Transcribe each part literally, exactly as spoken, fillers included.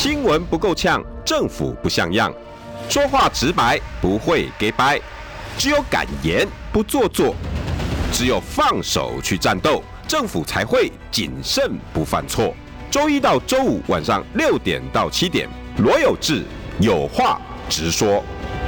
新闻不够呛，政府不像样，说话直白，不会给掰，只有敢言不做作，只有放手去战斗，政府才会谨慎不犯错。周一到周五晚上六点到七点，罗有志有话直说。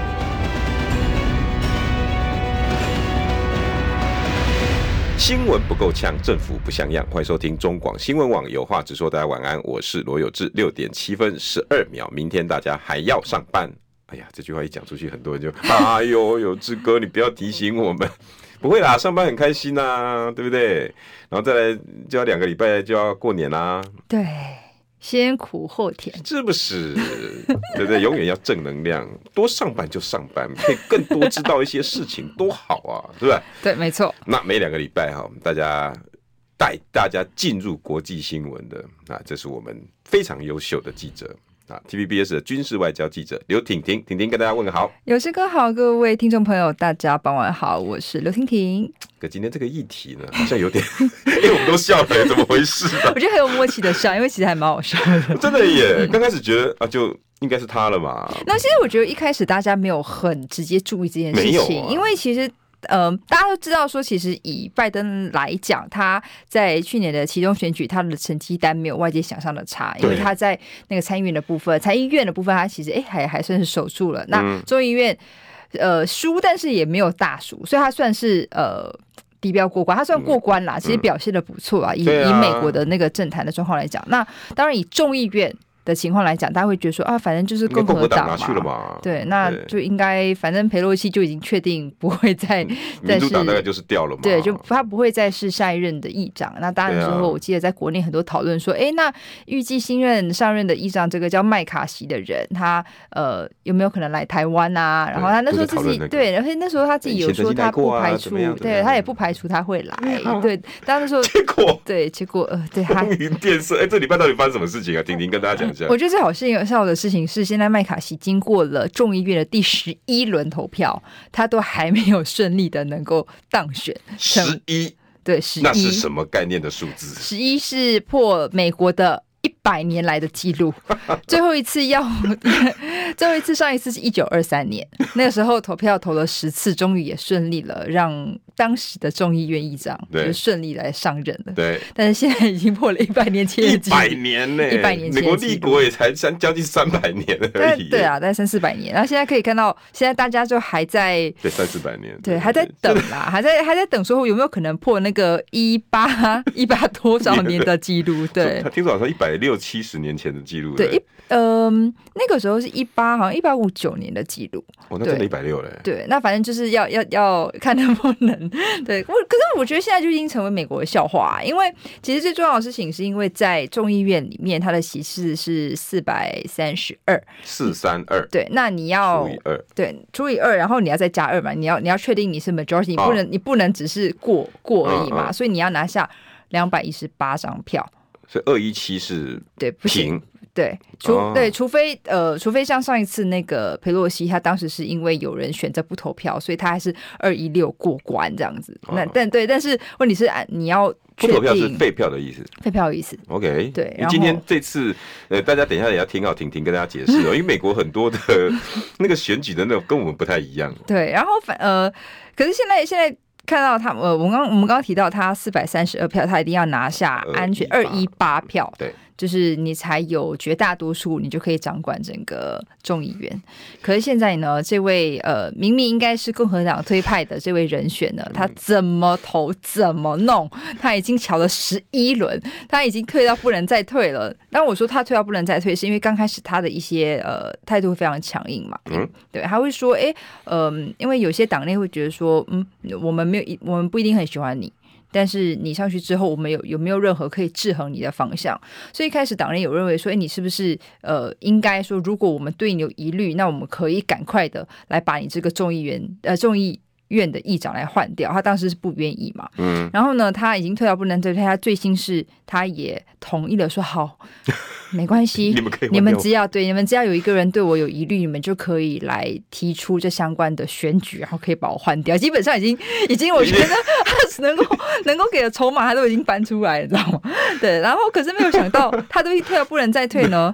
新闻不够呛，政府不像样。欢迎收听中广新闻网有话直说。大家晚安，我是罗有志。六点七分十二秒，明天大家还要上班。哎呀，这句话一讲出去，很多人就哎呦，有志哥，你不要提醒我们。不会啦，上班很开心啊，对不对？然后再来就要两个礼拜就要过年啦。 对。先苦后甜， 是不是？对不对？永远要正能量，多上班就上班，可以更多知道一些事情，多好啊，对不对？ 对，没错。 那每两个礼拜哈，大家带大家进入国际新闻的啊，这是我们非常优秀的记者啊 ，T V B S 的军事外交记者刘婷婷，婷婷跟大家问个好。 有志哥好，各位听众朋友，大家傍晚好，我是刘婷婷。 可今天这个议题呢，好像有点，因为我们都笑了，怎么回事啊？ 我觉得很有默契的笑，因为其实还蛮好笑的。 真的耶，刚开始觉得啊，就应该是他了嘛。 那其实我觉得一开始大家没有很直接注意这件事情，啊、因为其实。呃，大家都知道说，其实以拜登来讲，他在去年的期中选举，他的成绩单没有外界想象的差，因为他在那个参议院的部分，参议院的部分，他其实哎还还算是守住了。那众议院呃输，但是也没有大输，所以他算是呃。低标过关，他算过关啦，嗯、其实表现的不错啊。以、啊、以美国的那个政坛的状况来讲，那当然以众议院的情况来讲，大家会觉得说啊，反正就是共和党 嘛, 拿去了嘛， 对，那就应该反正裴洛西就已经确定不会再， 民主党大概就是掉了嘛， 对，就他不会再是下一任的议长。那当然之后，我记得在国内很多讨论说，哎、啊，那预计新任上任的议长这个叫麦卡锡的人，他呃有没有可能来台湾啊？然后他那时候自己、那個、对，而且那时候他自己有说他不排除，啊、对他也不排除他会来，啊、对，但那时候结果对结果呃对他风云变色，哎，这礼拜到底发生什么事情啊？婷婷跟大家讲。 我觉得最好笑的事情是，现在麦卡锡经过了众议院的第十一轮投票，他都还没有顺利的能够当选。 十一， 对，十一， 那是什么概念的数字？ 十一是破美国的一百年来的记录，最后一次要，最后一次上一次是一九二三年，那个时候投票投了十次，终于也顺利了，让当时的众议院议长就顺利来上任了。 对， 但是现在已经破了一百年前的记录， 一百年呢、欸， 一百年前， 美国立国也才三将近三百年而已。 对啊，大概三四百年。然后现在可以看到，现在大家就还在对三四百年， 对，还在等啦，还在还在等说有没有可能破那个一八一八多少年的记录？对， 他听说好像一百六七十年前的记录。 对，一嗯、呃，那个时候是一八，好像一八五九年的记录。 哦，那真的一百六嘞。 对，那反正就是要要要看能不能。对，我可是我觉得现在就已经成为美国的笑话、啊，因为其实最重要的事情是因为在众议院里面，它的席次是四百三十二， 四三二。 对，那你要除以二， 对，除以二，然后你要再加二嘛，你要你要确定你是 majority， 你不能、哦、你不能只是过过而已嘛，嗯嗯、所以你要拿下两百一十八张票。 所以二一七是对不行。对，除、 哦、 对，除非呃，除非像上一次那个裴洛西，他当时是因为有人选择不投票，所以他还是二一六过关这样子。哦、那但对，但是问题是你要确定不投票是废票的意思， 废票的意思。 OK， 对。 今天这次呃，大家等一下也要听好婷婷跟大家解释哦，因为美国很多的那个选举的那种跟我们不太一样。 对，然后反呃，可是现在现在。看到他，呃，我们刚我们刚刚提到他四百三十二票，他一定要拿下安全二一八票， 对， 就是你才有绝大多数，你就可以掌管整个众议院。可是现在呢，这位呃明明应该是共和党推派的这位人选呢，他怎么投怎么弄，他已经瞧了十一轮，他已经退到不能再退了。但我说他退到不能再退，是因为刚开始他的一些呃态度非常强硬嘛，嗯，对，他会说，哎，嗯、呃，因为有些党内会觉得说，嗯，我们没有，我们不一定很喜欢你。但是你上去之后，我们有有没有任何可以制衡你的方向？所以一开始党内有认为说，哎，你是不是呃应该说，如果我们对你有疑虑，那我们可以赶快的来把你这个众议员呃众议院的议长来换掉。他当时是不愿意嘛，嗯，然后呢，他已经退到不能再退，他最新是他也同意了说好，没关系， 你们可以， 你们只要对你们只要有一个人对我有疑虑，你们就可以来提出这相关的选举，然后可以把我换掉。基本上已经已经，我觉得他能够能够给的筹码，他都已经搬出来了，你知道吗？对，然后可是没有想到，他都一退了不能再退呢。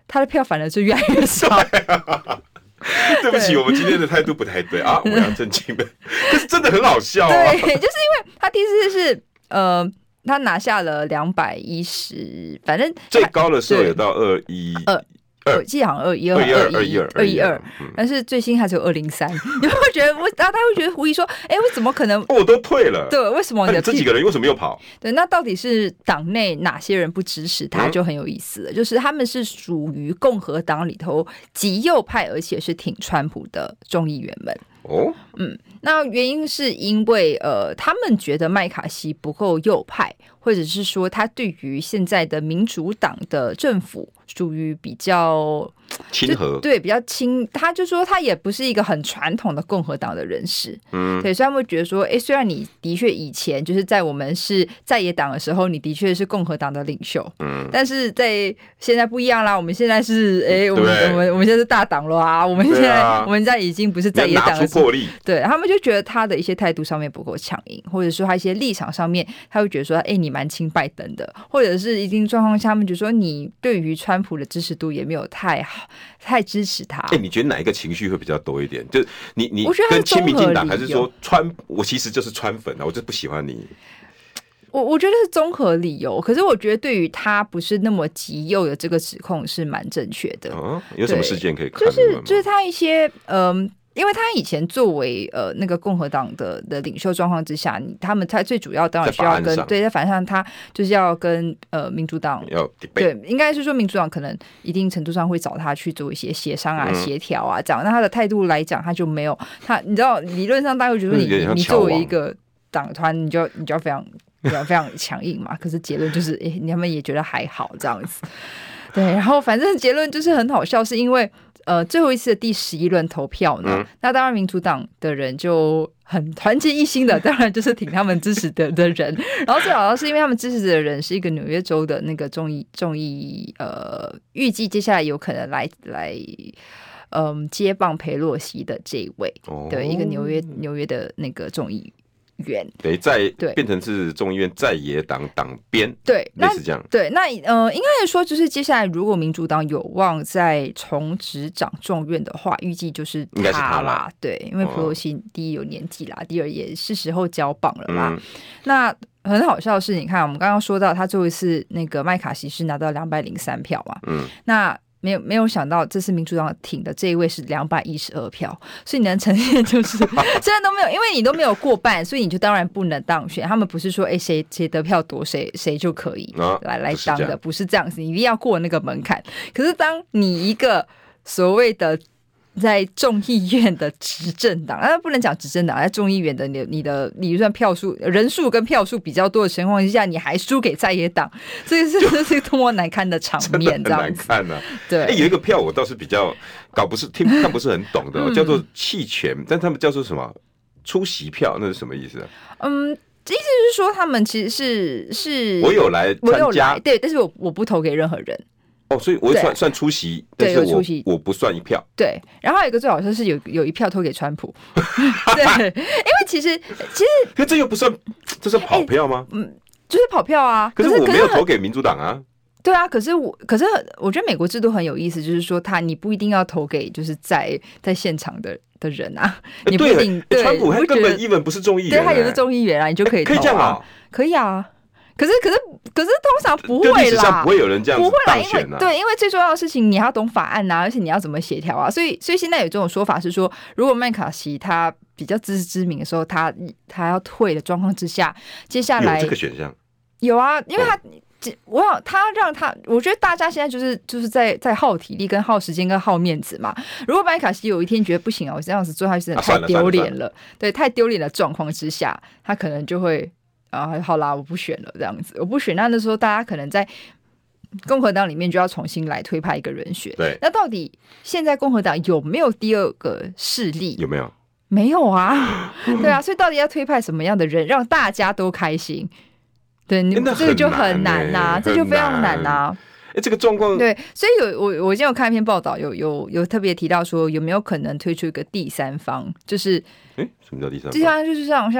他的票反而就越来越少。 对不起，我们今天的态度不太对啊，我要正经的。可是真的很好笑啊！ 对，就是因为他第一次是呃，他拿下了两百一十，反正最高的时候有到二一二。我记得好像二一二、二一二、二一二，但是最新还只有二零三。你会觉得我，大家会觉得狐疑说：“哎、欸，我怎么可能？ 我都退了。” 对，为什么你的、 啊、这几个人为什么又跑？ 对，那到底是党内哪些人不支持他，就很有意思了。嗯、就是他们是属于共和党里头极右派，而且是挺川普的众议员们。 哦， 嗯，那原因是因为呃，他们觉得麦卡锡不够右派，或者是说他对于现在的民主党的政府属于比较亲和， 对，比较亲。他就说他也不是一个很传统的共和党的人士， 嗯， 对，所以他们会觉得说，哎，虽然你的确以前就是在我们是在野党的时候，你的确是共和党的领袖， 嗯， 但是在现在不一样啦，我们现在是哎，我们我们我们现在是大党了啊，我们现在、啊、我们在已经不是在野党了。对，他们就觉得他的一些态度上面不够强硬，或者说他一些立场上面，他会觉得说，哎，你蛮亲拜登的，或者是一定状况下，他们就说你对于川普的支持度也没有太好，太支持他。 哎，你觉得哪一个情绪会比较多一点？就是你你跟亲民进党，还是说川？我其实就是川粉啊，我就不喜欢你。 我我觉得是综合理由，可是我觉得对于他不是那么极右的这个指控是蛮正确的。 啊，有什么事件可以看？ 就是就是他一些嗯。呃因为他以前作为呃那个共和党的的领袖状况之下，他们他最主要当然需要跟对在法案上他就是要跟呃民主党要对，应该是说民主党可能一定程度上会找他去做一些协商啊、协调啊这样。那他的态度来讲，他就没有他，你知道理论上大家会觉得你你作为一个党团，你就你就要非常非常非常强硬嘛。可是结论就是，哎，他们也觉得还好这样子。对，然后反正结论就是很好笑，是因为。呃，最后一次的第十一轮投票呢，嗯、那当然民主党的人就很团结一心的，当然就是挺他们支持的的人。然后最好是因为他们支持的人是一个纽约州的那个众议众议，呃，预计接下来有可能来来，嗯、呃，接棒裴洛西的这一位，哦、对，一个纽约纽约的那个众议。 等于在变成是众议院在野党党鞭， 对， 类似这样。 对，那呃，应该说就是接下来如果民主党有望再重执掌众院的话，预计就是他啦。 应该是他啦， 对，因为裴洛西第一有年纪啦，哦、第二也是时候交棒了啦。嗯、那很好笑的是，你看我们刚刚说到他最后一次那个麦卡锡是拿到两百零三票嘛，嗯，那。没有没有想到，这次民主党挺的这一位是两百一十二票，所以你能呈现就是现在都没有，因为你都没有过半，所以你就当然不能当选。他们不是说哎谁谁得票多谁谁就可以来、啊、来当的，不是这样子，你一定要过那个门槛。可是当你一个所谓的在众议院的执政党，啊，不能讲执政党，在众议院的你你的理论票数人数跟票数比较多的情况之下，你还输给在野党，这是这是多么难看的场面，这样子。 很难看啊！对， 欸， 有一个票我倒是比较搞不是听看不是很懂的，哦，叫做弃权，但他们叫做什么出席票，那是什么意思啊？ 嗯。意思是说，他们其实是是我有来参加， 我有来，对，但是我我不投给任何人。哦， 所以我算算出席，但是我我不算一票。 对，然后还有一个最好笑是有有一票投给川普，对，因为其实其实， 可这又不算，这是跑票吗？ 欸、嗯，就是跑票啊。 可是我没有投给民主党啊。 对啊，可是我可是我觉得美国制度很有意思，就是说他你不一定要投给就是在在现场的的人啊，你不一定。 对，川普他根本even不是众议员， 对，他也是众议员啊，你就可以投啊， 可以这样啊， 可以啊。可是，可是，可是，通常不会啦， 历史上不会有人这样子当选啊。 对，因为最重要的事情，你还要懂法案啊，而且你要怎么协调啊。所以，所以现在有这种说法是说，如果麦卡锡他比较自知之明的时候，他他要退的状况之下，接下来有这个选项有啊，因为他。哦我想他让他，我觉得大家现在就是就是在在耗体力、跟耗时间、跟耗面子嘛。如果麦卡锡有一天觉得不行啊，我这样子做下去真的太丢脸了，对，太丢脸的状况之下，他可能就会啊，好啦，我不选了，这样子，我不选。那那时候大家可能在共和党里面就要重新来推派一个人选。 对， 那到底现在共和党有没有第二个势力？ 有没有？ 没有啊，对啊，所以到底要推派什么样的人，让大家都开心？对，你这个就很难呐，欸，这就非常难呐。 哎，欸，这个状况对，所以有我我今天有看一篇报道，有有有特别提到说，有没有可能推出一个第三方，就是哎，欸，什么叫第三方？ 第三方就是像像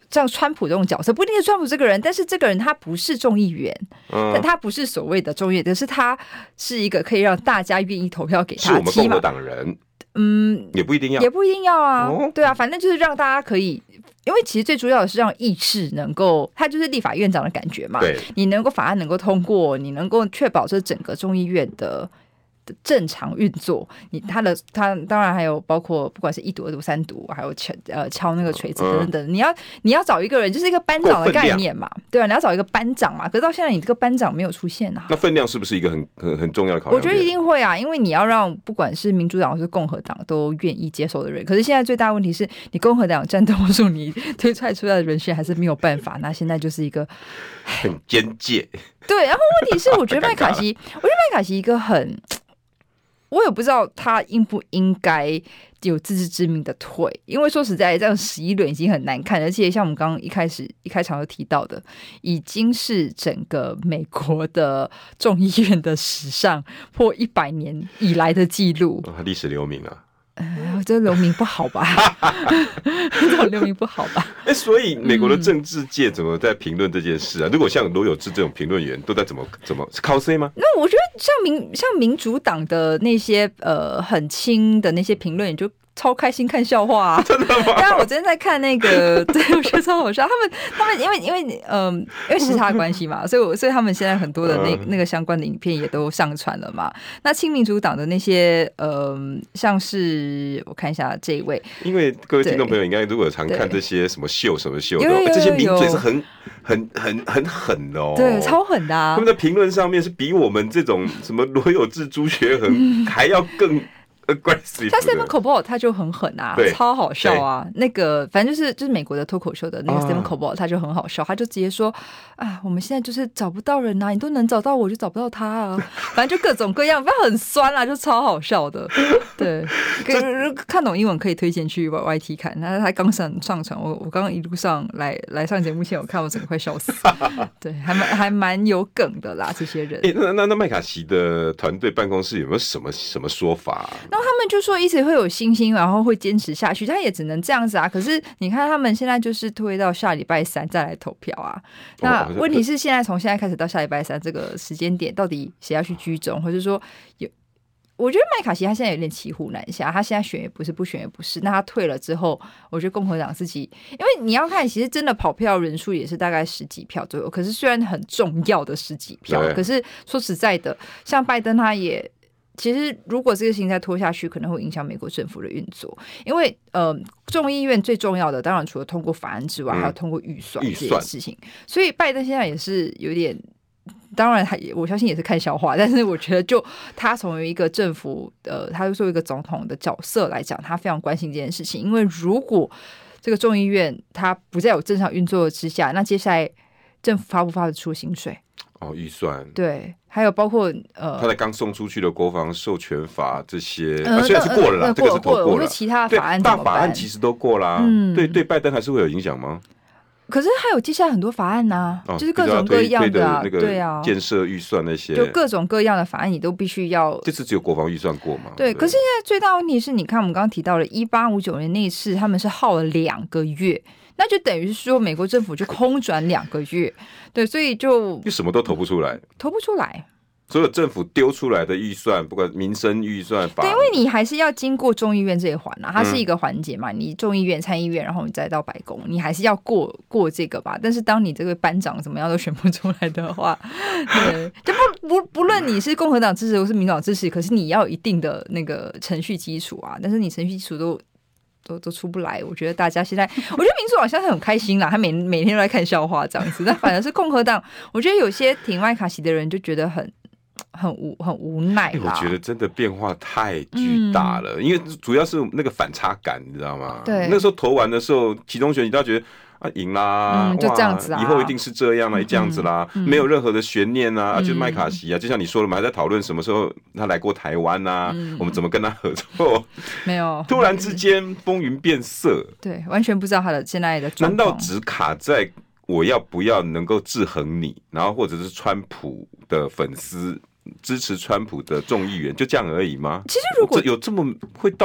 像川普这种角色，不一定是川普这个人，但是这个人他不是众议员，嗯、但他不是所谓的众议员，但是他是一个可以让大家愿意投票给他， 是我们共和党人。嗯，也不一定要， 也不一定要啊。哦、对啊，反正就是让大家可以，因为其实最主要的是让议事能够，他就是立法院长的感觉嘛。 对， 你能够法案能够通过，你能够确保这整个众议院的正常运作，你他的他当然还有包括不管是一读、二读、三读，还有敲呃敲那个锤子等等等，嗯、你要你要找一个人，就是一个班长的概念嘛，对啊，你要找一个班长嘛。可是到现在你这个班长没有出现啊， 那分量是不是一个很很很重要的考量？ 我觉得一定会啊，因为你要让不管是民主党或是共和党都愿意接受的人。可是现在最大问题是你共和党占多数，你推出来出来的人选还是没有办法。那现在就是一个很边界。 对，然后问题是，我觉得麦卡锡，我觉得麦卡锡一个很。我也不知道他应不应该有自知之明的退，因为说实在，这样十一轮已经很难看，而且像我们刚刚一开始一开场就提到的，已经是整个美国的众议院的史上破一百年以来的记录， 历史留名啊。 呃，这留名不好吧？这种留名不好吧？ 哎、欸，所以美国的政治界怎么在评论这件事啊？嗯、如果像罗有志这种评论员，都在怎么怎么是 cos 吗？ 那我觉得像民像民主党的那些呃很轻的那些评论员就。超开心看笑话啊！ 真的吗？ 当然，我昨天在看那个，对，我觉得超好笑。他们，他们因为因为嗯、呃，因为时差的关系嘛，所以我所以他们现在很多的那那个相关的影片也都上传了嘛。那亲民主党的那些呃，像是我看一下这一位， 因为各位听众朋友应该如果常看这些什么秀什么秀的，这些名嘴是很很很很狠的哦， 对，超狠的啊！ 他们的评论上面是比我们这种什么罗有志、朱学恒还要更。 像 Stephen Colbert 他就很狠啊，超好笑啊！那个反正就是就是美国的脱口秀的那个 Stephen Colbert 他就很好笑，他就直接说啊，我们现在就是找不到人啊，你都能找到我就找不到他啊，反正就各种各样，不要很酸啊，就超好笑的。对，看懂英文可以推荐去 Y T 看，他他刚上上传，我我刚刚一路上来来上节目前，我看我整个快笑死。对，还蛮还蛮有梗的啦，这些人。 欸、那那那麦卡锡的团队办公室有没有什么什么说法、啊？ 那他们就说一直会有信心，然后会坚持下去，他也只能这样子啊。可是你看他们现在就是推到下礼拜三再来投票啊。那问题是现在从现在开始到下礼拜三这个时间点，到底谁要去居中，或者说有？我觉得麦卡锡他现在有点骑虎难下，他现在选也不是，不选也不是。那他退了之后，我觉得共和党自己，因为你要看，其实真的跑票人数也是大概十几票左右。可是虽然很重要的十几票，可是说实在的，像拜登他也。其实，如果这个事情再拖下去，可能会影响美国政府的运作。因为，呃，众议院最重要的，当然除了通过法案之外，嗯、还要通过预算这件事情。所以，拜登现在也是有点，当然他，我相信也是看笑话。但是，我觉得就他从一个政府，呃，他作为一个总统的角色来讲，他非常关心这件事情。因为如果这个众议院他不再有正常运作之下，那接下来政府发不发得出薪水？ 哦，预算对，还有包括呃， 他在刚送出去的国防授权法这些，呃啊、虽然是过了啦，呃、这个是投过了， 我说其他法案大法案其实都过啦，嗯、对对，拜登还是会有影响吗？ 可是还有接下来很多法案呐、啊哦，就是各种各样的啊， 那个对啊， 建设预算那些， 就各种各样的法案，你都必须要。 这次只有国防预算过嘛？ 对，可是现在最大问题是，你看我们刚刚提到了一八五九年那一次，他们是耗了两个月。那就等于是说，美国政府就空转两个月，对，所以就就什么都投不出来， 投不出来。 所有政府丢出来的预算，不管民生预算， 对，因为你还是要经过众议院这一环啊，它是一个环节嘛。嗯、你众议院、参议院，然后你再到白宫，你还是要过过这个吧。但是当你这个班长怎么样都选不出来的话，对，就不不不论你是共和党支持或是民主党支持，可是你要有一定的那个程序基础啊。但是你程序基础都。都, 都出不来，我觉得大家现在，我觉得民主党现在很开心啦，他每每天都在看笑话这样子。但反而是共和党，我觉得有些挺麦卡锡的人就觉得很很无很无奈啦。 我觉得真的变化太巨大了，嗯、因为主要是那个反差感，你知道吗？ 对， 那时候投完的时候，期中选举大家觉得。啊，赢啦、 嗯，就这样子啊， 以后一定是这样啊，这样子啦，嗯、没有任何的悬念啊，嗯、啊就是麦卡锡啊，就像你说的嘛，还在讨论什么时候他来过台湾啊、嗯，我们怎么跟他合作？ 没有， 突然之间风云变色， 对，完全不知道他的现在的状况。 难道只卡在我要不要能够制衡你，然后或者是川普的粉丝支持川普的众议员，就这样而已吗？ 其实如果有这么会到。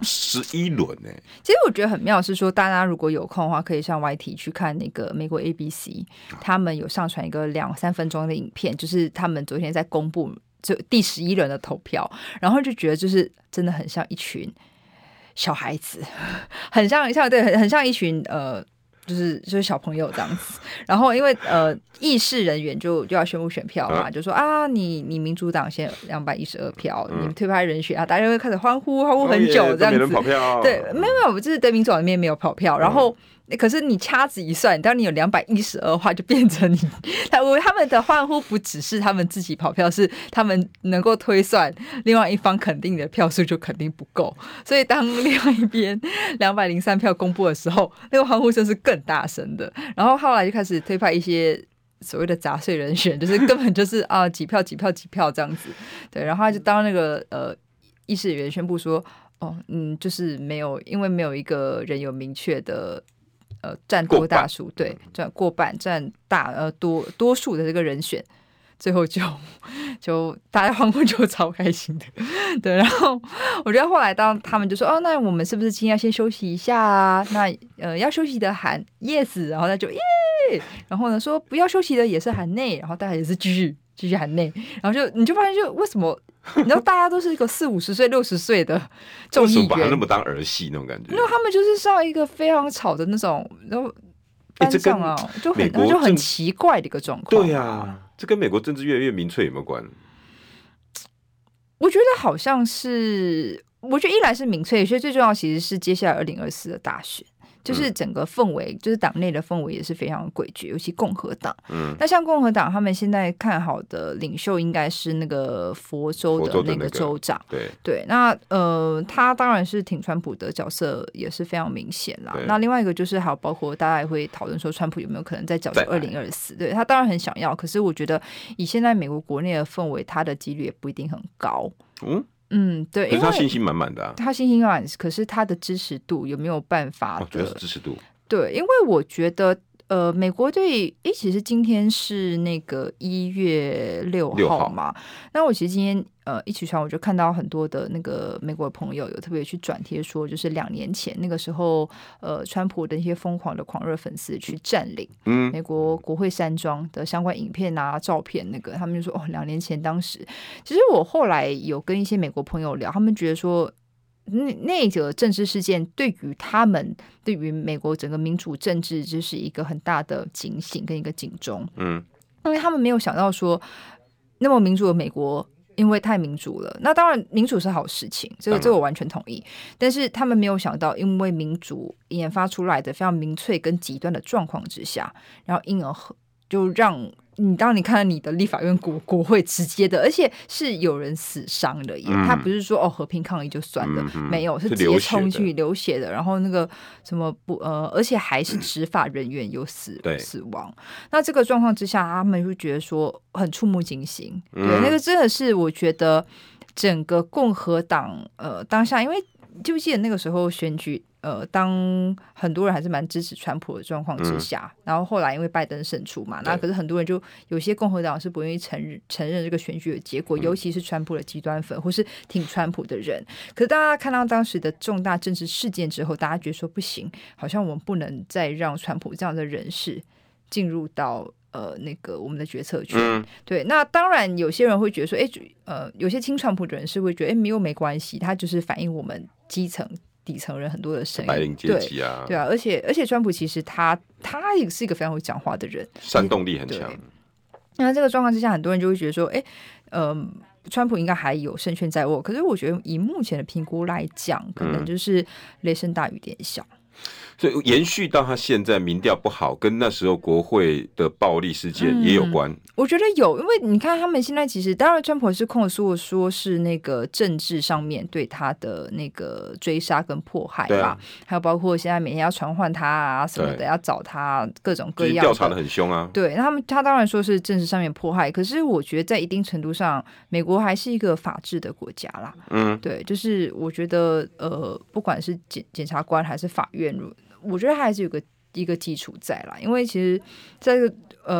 十一轮呢。 其实我觉得很妙的是说，大家如果有空的话，可以上 Y T 去看那个美国 A B C， 他们有上传一个两三分钟的影片，就是他们昨天在公布就第十一轮的投票，然后就觉得就是真的很像一群小孩子，很像像对，很很像一群呃。就是就是小朋友这样子，然后因为呃议事人员就就要宣布选票嘛，啊、就说啊你你民主党先两百一十二票，嗯、你推派人选啊，大家会开始欢呼欢呼很久、哦、这样子， 没人跑票， 对，没有没有，就是对民主党里面没有跑票，然后。嗯可是你掐指一算，当你有两百一十二话，就变成你他们的欢呼不只是他们自己跑票，是他们能够推算另外一方肯定的票数就肯定不够，所以当另外一边两百零三票公布的时候，那个欢呼声是更大声的。然后后来就开始推派一些所谓的杂碎人选，就是根本就是啊几票几票几票这样子，对，然后他就当那个呃议事员宣布说，哦嗯，就是没有，因为没有一个人有明确的。呃，占多大数，对，占过半，占大呃多多数的这个人选，最后就就大家欢呼就超开心的，对。然后我觉得后来当他们就说，哦，那我们是不是今天要先休息一下啊？那呃要休息的喊 yes， 然后他就耶，然后呢说不要休息的也是喊内，然后大家也是继续继续喊内，然后就你就发现就为什么？你知道大家都是一个四五十岁、六十岁的众议员，为什么把他那么当儿戏那种感觉？ 因为他们就是上一个非常吵的那种，然后班上啊，欸、就很就很奇怪的一个状况。 对啊，这跟美国政治越来越民粹有没有关？ 我觉得好像是，我觉得一来是民粹，所以最重要其实是接下来二零二四的大选。就是整个氛围，就是党内的氛围也是非常诡谲，尤其共和党。嗯，那像共和党，他们现在看好的领袖应该是那个佛州的那个州长。 那個、对对，那呃，他当然是挺川普的角色，也是非常明显啦。那另外一个就是还有包括大家也会讨论说，川普有没有可能再角逐二零二四？对，他当然很想要，可是我觉得以现在美国国内的氛围，他的几率也不一定很高。嗯。嗯，对， 可是他信心满满的、啊， 他信心满满，可是他的支持度有没有办法的？ 哦、主要是支持度。 对，因为我觉得，呃，美国队，诶，其实今天是那个一月六号嘛。那我其实今天呃一起床我就看到很多的那个美国的朋友有特别去转贴说，就是两年前那个时候，呃，川普的一些疯狂的狂热粉丝去占领嗯美国国会山庄的相关影片啊、照片，那个他们就说哦，两年前当时，其实我后来有跟一些美国朋友聊，他们觉得说。那那个政治事件对于他们，对于美国整个民主政治，就是一个很大的警醒跟一个警钟。嗯，因为他们没有想到说，那么民主的美国，因为太民主了。那当然，民主是好事情，这个这个我完全同意。但是他们没有想到，因为民主研发出来的非常民粹跟极端的状况之下，然后因而就让。你当你看到你的立法院国国会直接的，而且是有人死伤的耶，嗯、他不是说哦和平抗议就算了，嗯、没有是直接冲进去流血的，然后那个什么不呃，而且还是执法人员有死、嗯、死亡。那这个状况之下，他们会觉得说很触目惊心，嗯、对，那个真的是我觉得整个共和党呃当下，因为记不记得那个时候选举？呃，当很多人还是蛮支持川普的状况之下，嗯、然后后来因为拜登胜出嘛，那可是很多人就有些共和党是不愿意承认承认这个选举的结果，嗯、尤其是川普的极端粉或是挺川普的人。可是大家看到当时的重大政治事件之后，大家觉得说不行，好像我们不能再让川普这样的人士进入到。呃，那个我们的决策权，嗯、对，那当然有些人会觉得说，哎，呃，有些亲川普的人是会觉得，哎，没有没关系，他就是反映我们基层底层人很多的声音， 白领阶级啊， 对，对啊，而且而且川普其实他他也是一个非常会讲话的人， 煽动力很强。 那这个状况之下，很多人就会觉得说，哎，呃，川普应该还有胜券在握，可是我觉得以目前的评估来讲，可能就是雷声大雨点小。 所以延续到他现在民调不好，跟那时候国会的暴力事件也有关。嗯、 我觉得有，因为你看他们现在其实，当然川普是控诉说是那个政治上面对他的那个追杀跟迫害吧，啊、还有包括现在每天要传唤他啊什么的，要找他各种各样的， 调查的很凶啊。 对，那他们他当然说是政治上面迫害，可是我觉得在一定程度上，美国还是一个法治的国家啦。嗯，对，就是我觉得呃，不管是检检察官还是法院。我觉得还是有个一个基础在啦，因为其实在这个呃，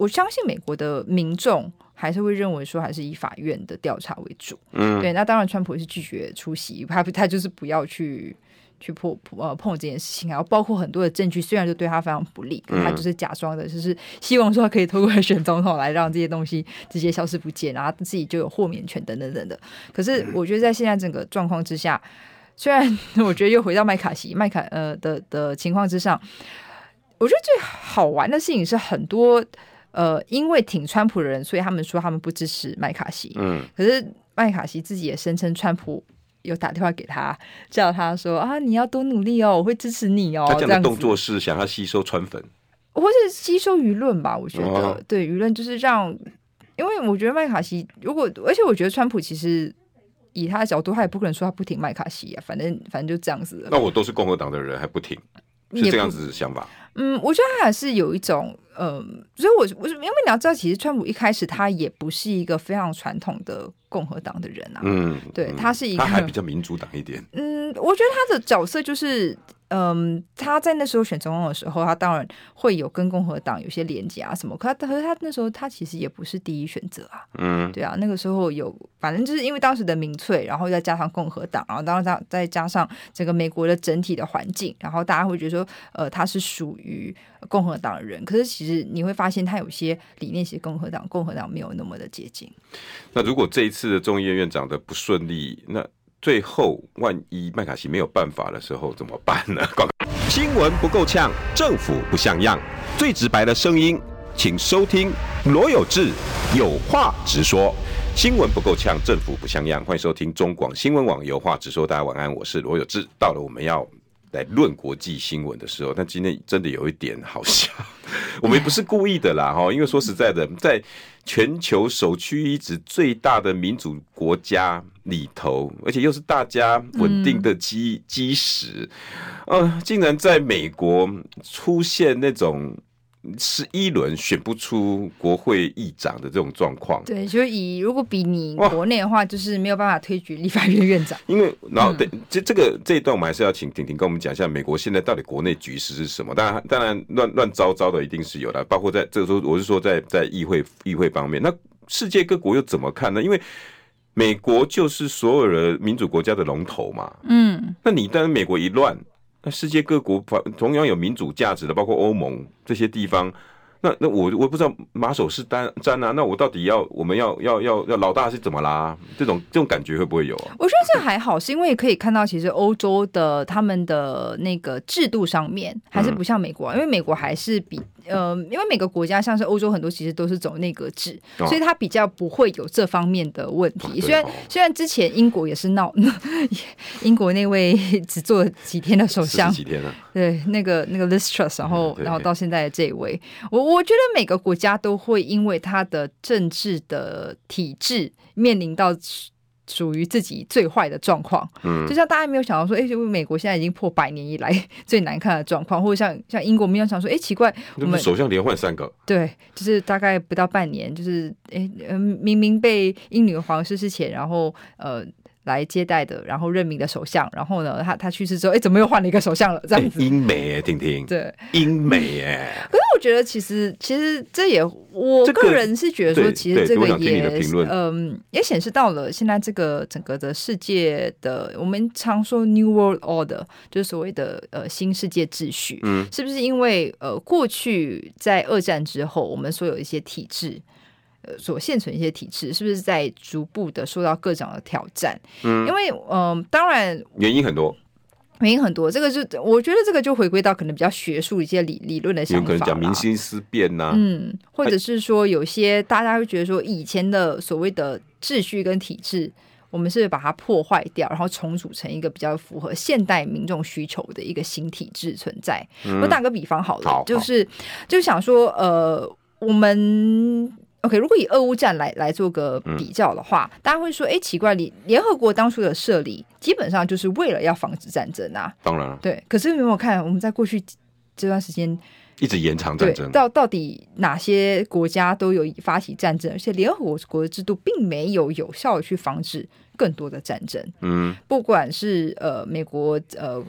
我相信美国的民众还是会认为说还是以法院的调查为主。 嗯， 对，那当然川普是拒绝出席，他他就是不要去去破呃碰这件事情，然后包括很多的证据，虽然就对他非常不利，可是他就是假装的，就是希望说他可以透过选总统来让这些东西直接消失不见，然后自己就有豁免权等等等的。可是我觉得在现在整个状况之下，虽然我觉得又回到麦卡锡麦卡呃的的情况之上，我觉得最好玩的事情是很多呃因为挺川普的人，所以他们说他们不支持麦卡锡，嗯，可是麦卡锡自己也声称川普有打电话给他，叫他说啊，你要多努力哦，我会支持你哦。 他这样的动作是想要吸收川粉， 或是吸收舆论吧？我觉得，哦、对舆论就是让，因为我觉得麦卡锡如果，而且我觉得川普其实以他的角度，他也不可能说他不挺麦卡锡啊，反正反正就这样子了。 那我都是共和党的人，还不挺，是这样子的想法。 嗯，我觉得他还是有一种，嗯，所以我我因为你要知道，其实川普一开始他也不是一个非常传统的共和党的人啊，嗯，对，他是一个， 他还比较民主党一点。 嗯，我觉得他的角色就是，嗯，他在那时候选总统的时候，他当然会有跟共和党有些连结啊什么，可他可是他那时候他其实也不是第一选择啊，嗯，对啊，那个时候有，反正就是因为当时的民粹，然后再加上共和党，然后当然再加上整个美国的整体的环境，然后大家会觉得说，呃，他是属于共和党的人，可是其实你会发现他有些理念其实共和党共和党没有那么的接近。 那如果这一次的众议院院长的不顺利，那最后万一麦卡锡没有办法的时候怎么办呢？新闻不够呛，政府不像样，最直白的声音，请收听罗有志有话直说。新闻不够呛，政府不像样，欢迎收听中广新闻网有话直说。大家晚安，我是罗有志。到了我们要来论国际新闻的时候，但今天真的有一点好笑，我们也不是故意的啦，因为说实在的，在全球首屈一指最大的民主国家里头，而且又是大家稳定的基基石，呃，竟然在美国出现那种十一轮选不出国会议长的这种状况。 对，就以如果比你国内的话，就是没有办法推举立法院院长。 因为然后对、嗯、这这个这一段我们还是要请婷婷跟我们讲一下美国现在到底国内局势是什么。当然当然乱乱糟糟的一定是有的，包括在这个时候我是说在在议会议会方面，那世界各国又怎么看呢？因为美国就是所有的民主国家的龙头嘛。嗯，那你当然美国一乱，那世界各国同样有民主价值的，包括欧盟这些地方，那那我我不知道马首是瞻啊，那我到底要我们要要要要老大是怎么啦？这种这种感觉会不会有啊？ 我觉得这还好，是因为可以看到，其实欧洲的他们的那个制度上面还是不像美国、啊，因为美国还是比呃，因为每个国家像是欧洲很多其实都是走内阁制，哦、所以它比较不会有这方面的问题。哦、虽然、哦、虽然之前英国也是闹，英国那位只做了几天的首相， 几天啊？ 对，那个那个 Liz Truss， 然后、嗯、然后到现在的这一位，我我觉得每个国家都会因为它的政治的体制面临到属于自己最坏的状况，嗯，就像大家没有想到说，哎、欸，美国现在已经破百年以来最难看的状况，或者像像英国没有想说，哎、欸，奇怪，我们首相连换三个， 对，就是大概不到半年，就是哎、欸，明明被英女皇逝世前，然后呃。来接待的，然后任命的首相，然后呢，他他去世之后，哎，怎么又换了一个首相了？这样子， 英美哎，婷婷， 对， 英美哎。 可是我觉得，其实其实这也，我个人是觉得说，其实这个也，嗯，也显示到了现在这个整个的世界的，我们常说 New World Order， 就是所谓的呃新世界秩序，嗯，是不是因为呃过去在二战之后，我们所有一些体制。呃，所现存一些体制，是不是在逐步的受到各种的挑战？嗯，因为嗯、呃，当然原因很多， 原因很多。这个就我觉得这个就回归到可能比较学术一些理理论的想法， 有可能讲民心思变呐、啊， 嗯，或者是说有些大家会觉得说以前的所谓的秩序跟体制，我们是把它破坏掉，然后重组成一个比较符合现代民众需求的一个新体制存在。嗯、我打个比方好了， 好就是就想说，呃，我们。OK， 如果以俄乌战来来做个比较的话，嗯、大家会说，哎，奇怪，联合国当初的设立基本上就是为了要防止战争啊。 当然， 对。可是有没有看我们在过去这段时间一直延长战争， 到到底哪些国家都有发起战争，而且联合国的制度并没有有效的去防止更多的战争。嗯，不管是呃美国呃。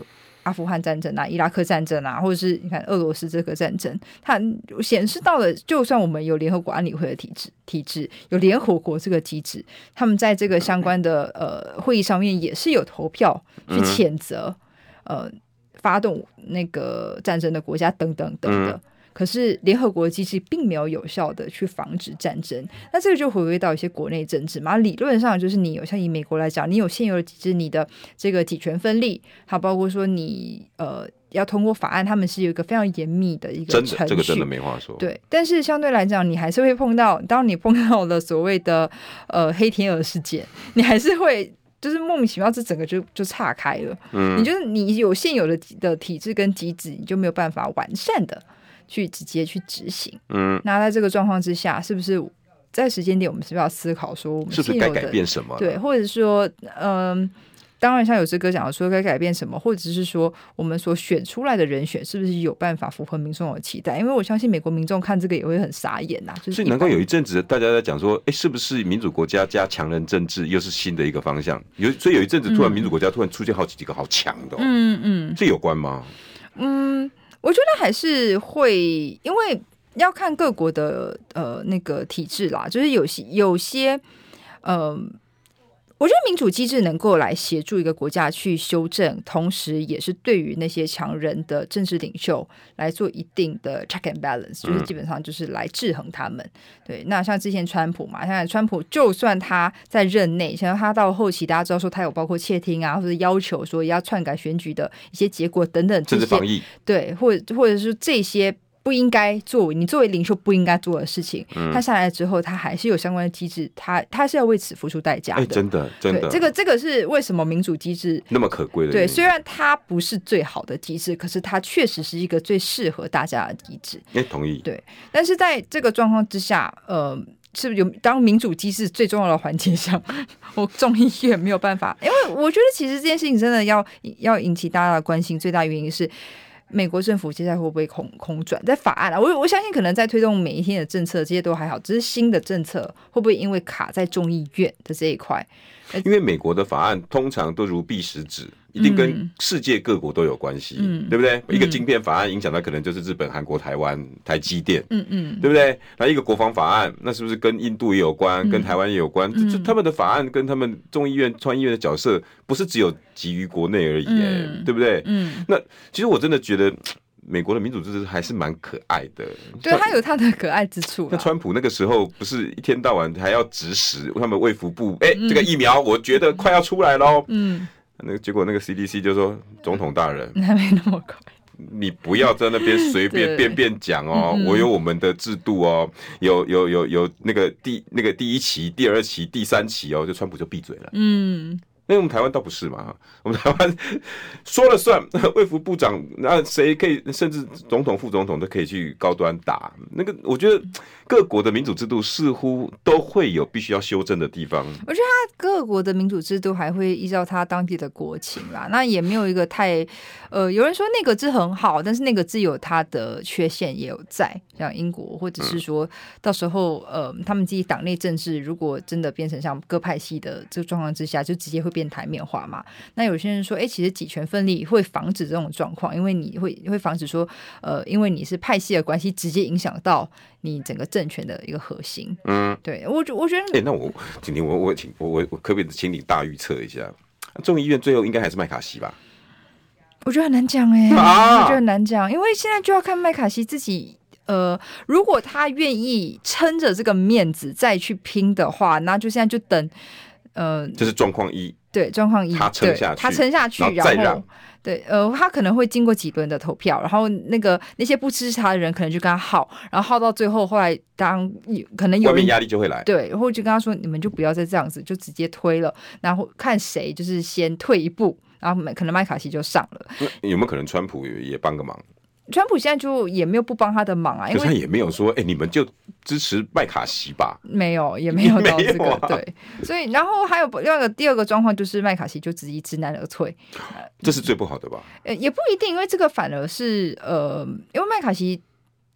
阿富汗战争啊、伊拉克战争啊，或者是你看俄罗斯这个战争，它显示到了，就算我们有联合国安理会的体制，体制有联合国这个机制，他们在这个相关的呃会议上面也是有投票去谴责、嗯、呃发动那个战争的国家等等等的。嗯，可是联合国机制并没有有效的去防止战争，那这个就回归到一些国内政治嘛。理论上就是你有像以美国来讲，你有现有的机制，你的这个体权分立，还包括说你呃要通过法案，他们是有一个非常严密的一个程序， 真的这个真的没话说。 对，但是相对来讲，你还是会碰到，当你碰到了所谓的呃黑天鹅事件，你还是会。就是莫名其妙，这整个就就岔开了。嗯，你就是你有现有的的体制跟机制，你就没有办法完善的去直接去执行。嗯，那在这个状况之下，是不是在时间点我们是不是要思考说，我们是不是该改变什么？ 对，或者说，嗯。当然像有志哥讲的说该改变什么，或者是说我们所选出来的人选是不是有办法符合民众的期待，因为我相信美国民众看这个也会很傻眼啊。就是、 所以难怪有一阵子大家在讲说，哎，是不是民主国家加强人政治又是新的一个方向？有所以有一阵子突然民主国家突然出现好几个好强的、哦，嗯嗯，这有关吗？ 嗯，我觉得还是会，因为要看各国的呃那个体制啦，就是有些有些呃。我觉得民主机制能够来协助一个国家去修正，同时也是对于那些强人的政治领袖来做一定的 check and balance， 就是基本上就是来制衡他们。对，那像之前川普嘛，像川普就算他在任内，像他到后期大家知道说他有包括窃听啊，或者要求说要篡改选举的一些结果等等这些， 甚至防疫， 对，或者或者是这些。不应该作为你作为领袖不应该做的事情，嗯、他下来之后，他还是有相关的机制，他他是要为此付出代价的。 哎，真的真的， 这个这个是为什么民主机制那么可贵的？ 对，虽然它不是最好的机制，可是它确实是一个最适合大家的机制。 哎，同意。 对，但是在这个状况之下，呃。是不是有当民主机制最重要的环节上，我众议院没有办法，因为我觉得其实这件事情真的要要引起大家的关心，最大原因是美国政府接下来会不会空空转在法案啊？我我相信可能在推动每一天的政策，这些都还好，只是新的政策会不会因为卡在众议院的这一块？ 因为美国的法案通常都如臂使指，一定跟世界各国都有关系，嗯、对不对？嗯、一个晶片法案影响到可能就是日本、韩国、台湾、台积电，嗯嗯，对不对？那一个国防法案，那是不是跟印度也有关，嗯、跟台湾也有关？嗯、就他们的法案跟他们众议院、参议院的角色，不是只有集于国内而已，嗯、对不对？嗯，那其实我真的觉得。美国的民主制度还是蛮可爱的， 对，它有它的可爱之处。 那川普那个时候不是一天到晚还要指使他们卫福部，哎、欸，嗯、这个疫苗我觉得快要出来咯。嗯，那结果那个 C D C 就说总统大人还没那么快， 你不要在那边随便便便讲哦，我有我们的制度哦，有有有有那个第那个第一期、第二期、第三期哦，就川普就闭嘴了。嗯。因为我们台湾倒不是嘛，我们台湾说了算，卫福部长那谁可以，甚至总统、副总统都可以去高端打。那个，我觉得各国的民主制度似乎都会有必须要修正的地方。 我觉得他各国的民主制度还会依照他当地的国情啦，那也没有一个太呃，有人说内阁制很好，但是内阁制有它的缺陷也有在，像英国或者是说到时候呃，他们自己党内政治如果真的变成像各派系的这个状况之下，就直接会变台面化嘛。那有些人说，哎、欸，其实几权分立会防止这种状况，因为你会会防止说，呃，因为你是派系的关系，直接影响到你整个政权的一个核心。嗯，对我我觉得， 哎、欸，那我请你我我请我我我可不可以请你大预测一下，众议院最后应该还是麦卡锡吧？ 我觉得很难讲哎、欸，啊、我觉得很难讲，因为现在就要看麦卡锡自己。呃，如果他愿意撑着这个面子再去拼的话，那就现在就等，呃， 这是状况一， 对，状况一， 他撑下去， 他撑下去，然后再让，对，呃，他可能会经过几轮的投票，然后那个那些不支持他的人可能就跟他耗，然后耗到最后，后来当可能有外面压力就会来， 对，然后就跟他说，你们就不要再这样子，就直接推了，然后看谁就是先退一步，然后可能麦卡锡就上了， 有没有可能川普也帮个忙？ 川普现在就也没有不帮他的忙啊，因为他也没有说，哎、欸，你们就支持麦卡锡吧， 没有，也没有到这个，啊、对，所以然后还有另外一个第二个状况就是麦卡锡就直接知难而退， 这是最不好的吧？ 呃，也不一定，因为这个反而是呃，因为麦卡锡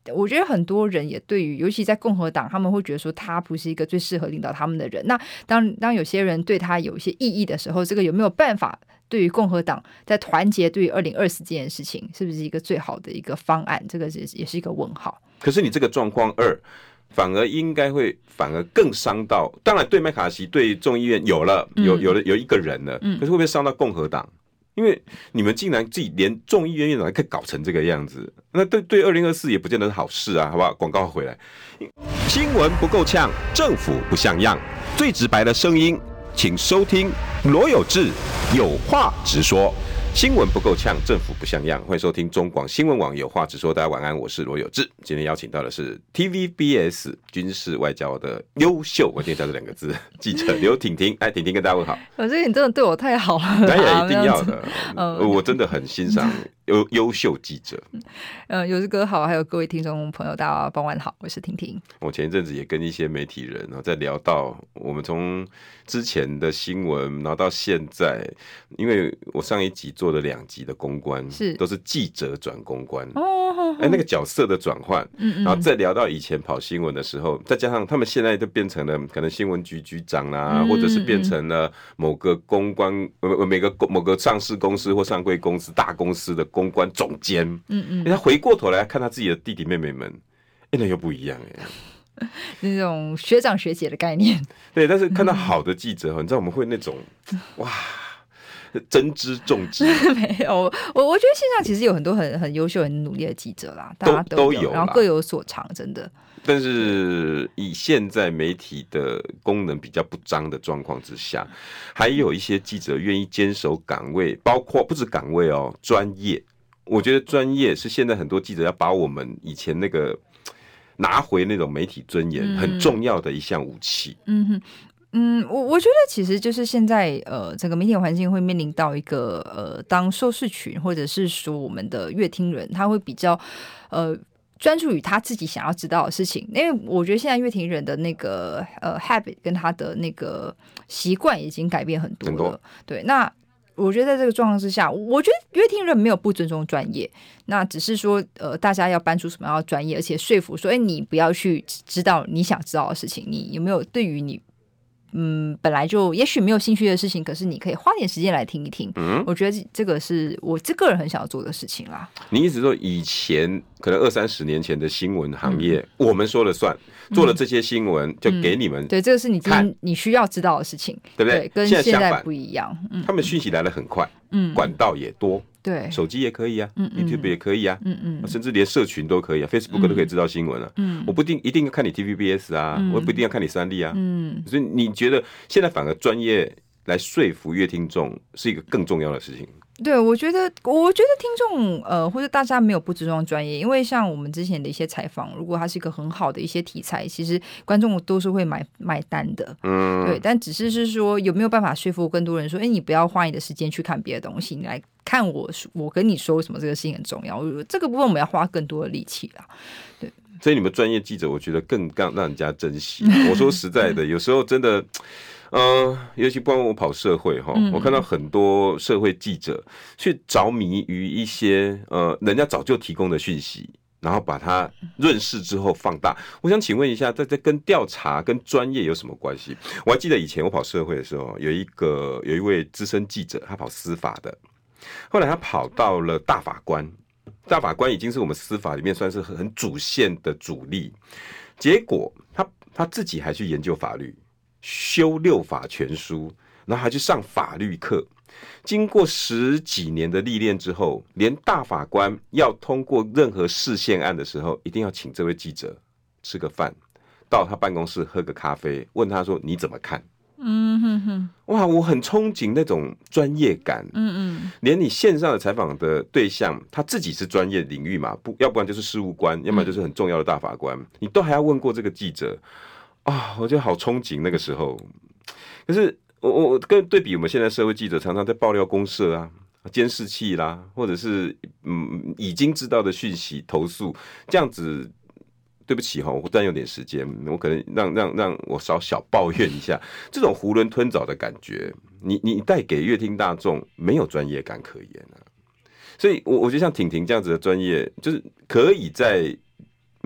我觉得很多人也对于，尤其在共和党，他们会觉得说他不是一个最适合领导他们的人。那当当有些人对他有一些异议的时候，这个有没有办法对于共和党在团结对于二零二四这件事情，是不是一个最好的一个方案？这个也是一个问号。 可是你这个状况二。反而应该会反而更伤到，当然对麦卡锡对众议院有了有有了有一个人了，可是会不会伤到共和党？因为你们竟然自己连众议院院长可以搞成这个样子，那对对二零二四也不见得是好事啊，好不好？广告回来，新闻不够呛，政府不像样，最直白的声音，请收听罗有志有话直说。新闻不够呛，政府不像样。欢迎收听中广新闻网有话直说。大家晚安，我是罗有志。今天邀请到的是 T V B S 军事外交的优秀，我今天加这两个字，记者刘婷婷。哎，婷婷跟大家问好。 我这个你真的对我太好了， 那也一定要的。呃、我真的很欣赏优优秀记者。 呃，有志哥好，还有各位听众朋友，大家傍晚好，我是婷婷。 我前一阵子也跟一些媒体人在聊到，我们从之前的新闻，然后到现在，因为我上一集做了两集的公关， 是都是记者转公关， 哦， 哎，那个角色的转换， 嗯嗯， 然后再聊到以前跑新闻的时候，再加上他们现在都变成了可能新闻局局长啦、啊， 嗯、 或者是变成了某个公关，呃，每个某个上市公司或上柜公司大公司的公关总监， 嗯嗯， 他回过头来看他自己的弟弟妹妹们，哎，那又不一样哎。 那种学长学姐的概念， 对，但是看到好的记者，嗯、你知道我们会那种哇，真知重知。 没有，我我觉得线上其实有很多很很优秀、很努力的记者啦，大家都都, 有， 都有， 然后各有所长，真的。 但是以现在媒体的功能比较不彰的状况之下，还有一些记者愿意坚守岗位，包括不止岗位哦，专业。我觉得专业是现在很多记者要把我们以前那个。拿回那种媒体尊严很重要的一项武器。 嗯哼，嗯，我我觉得其实就是现在呃，整个媒体环境会面临到一个呃，当收视群或者是说我们的乐听人，他会比较呃专注于他自己想要知道的事情。因为我觉得现在乐听人的那个呃 habit 跟他的那个习惯已经改变很多了。多对，那。我觉得在这个状况之下，我觉得乐听人没有不尊重专业，那只是说，呃，大家要搬出什么样的专业，而且说服说，哎，你不要去知道你想知道的事情，你有没有对于你，嗯，本来就也许没有兴趣的事情，可是你可以花点时间来听一听。嗯，我觉得这个是我这个人很想要做的事情啦。 你意思说，以前可能二三十年前的新闻行业，嗯、我们说了算。做了这些新闻，就给你们、嗯、 对，这个是你今天你需要知道的事情， 对不对？ 对，跟现在不一样。 嗯、他们讯息来得很快，嗯，管道也多，对，手机也可以啊，嗯 ，YouTube 也可以啊，嗯嗯，甚至连社群都可以啊 ，Facebook 都可以知道新闻啊。嗯，我不一定一定要看你 T V B S 啊，嗯、我不一定要看你三立啊，嗯，所以你觉得现在反而专业来说服乐听众是一个更重要的事情？ 对，我觉得，我觉得听众呃，或者大家没有不尊重专业，因为像我们之前的一些采访，如果它是一个很好的一些题材，其实观众都是会买买单的，嗯，对。但只是是说有没有办法说服更多人说，哎，你不要花你的时间去看别的东西，你来看我，我跟你说为什么这个事情很重要。这个部分我们要花更多的力气啦，对。 所以你们专业记者，我觉得更让让人家珍惜。我说实在的，有时候真的。呃，尤其不光我跑社会哈，嗯、我看到很多社会记者去着迷于一些呃人家早就提供的讯息，然后把它润饰之后放大。我想请问一下，这这跟调查跟专业有什么关系？我还记得以前我跑社会的时候，有一个有一位资深记者，他跑司法的，后来他跑到了大法官，大法官已经是我们司法里面算是很主线的主力，结果他他自己还去研究法律。修六法全书，然后还去上法律课。经过十几年的历练之后，连大法官要通过任何释宪案的时候，一定要请这位记者吃个饭，到他办公室喝个咖啡，问他说你怎么看？嗯哼哼，哇，我很憧憬那种专业感。嗯嗯，连你线上的采访的对象，他自己是专业领域嘛，不，要不然就是事务官，要不然就是很重要的大法官，你都还要问过这个记者。啊，我就好憧憬那个时候。可是我我跟对比我们现在社会记者常常在爆料公社啊、监视器啦，或者是嗯已经知道的讯息投诉，这样子。对不起哈，我占用点时间，我可能让让让我少小抱怨一下，这种囫囵吞枣的感觉，你你带给乐听大众没有专业感可言啊。所以我我觉得像婷婷这样子的专业，就是可以在。